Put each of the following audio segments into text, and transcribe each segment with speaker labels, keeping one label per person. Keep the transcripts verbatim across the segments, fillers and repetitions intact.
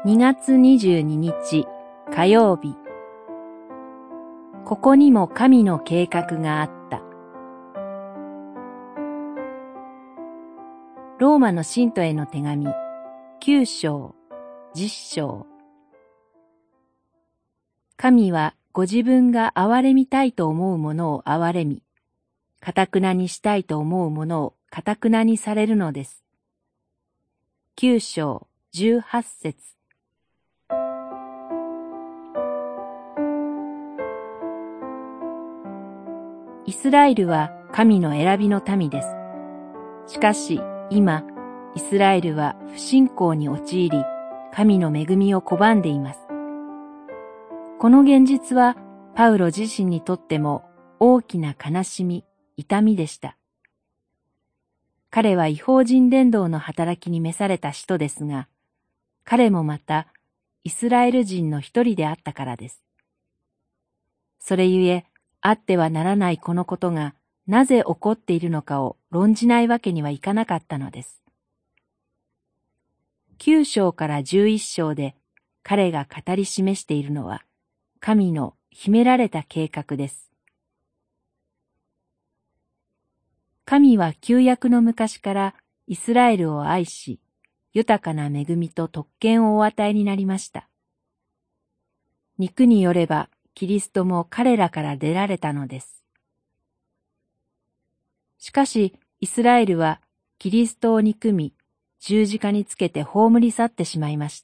Speaker 1: にがつにじゅうににち火曜日。ここにも神の計画があった。ローマの信徒への手紙きゅうしょうじゅっしょう。神はご自分が憐れみたいと思うものを憐れみ、堅なにしたいと思うものを堅なにされるのです。きゅうしょうじゅうはちせつ。イスラエルは神の選びの民です。しかし今、イスラエルは不信仰に陥り、神の恵みを拒んでいます。この現実はパウロ自身にとっても大きな悲しみ、痛みでした。彼は異邦人伝道の働きに召された使徒ですが、彼もまたイスラエル人の一人であったからです。それゆえ、あってはならないこのことがなぜ起こっているのかを論じないわけにはいかなかったのです。きゅうしょうからじゅういっしょうで彼が語り示しているのは、神の秘められた計画です。神は旧約の昔からイスラエルを愛し、豊かな恵みと特権をお与えになりました。肉によれば、キリストも彼らから出られたのです。しかし、イスラエルはキリストを憎み、十字架につけて葬り去ってしまいました。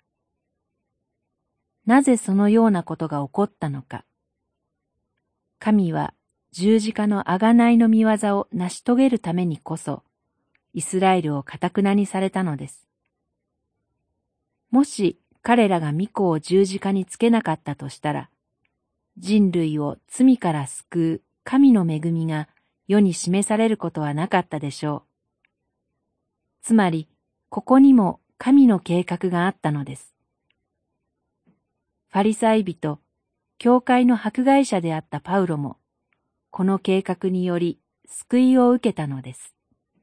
Speaker 1: なぜそのようなことが起こったのか。神は十字架の贖いの御業を成し遂げるためにこそ、イスラエルを堅なにされたのです。もし彼らが御子を十字架につけなかったとしたら、人類を罪から救う神の恵みが世に示されることはなかったでしょう。つまり、ここにも神の計画があったのです。ファリサイ人、教会の迫害者であったパウロも、この計画により救いを受けたのです。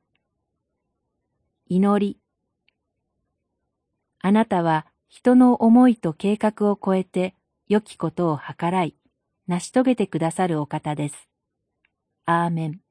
Speaker 1: 祈り。あなたは人の思いと計画を超えて良きことを計らい、成し遂げてくださるお方です。アーメン。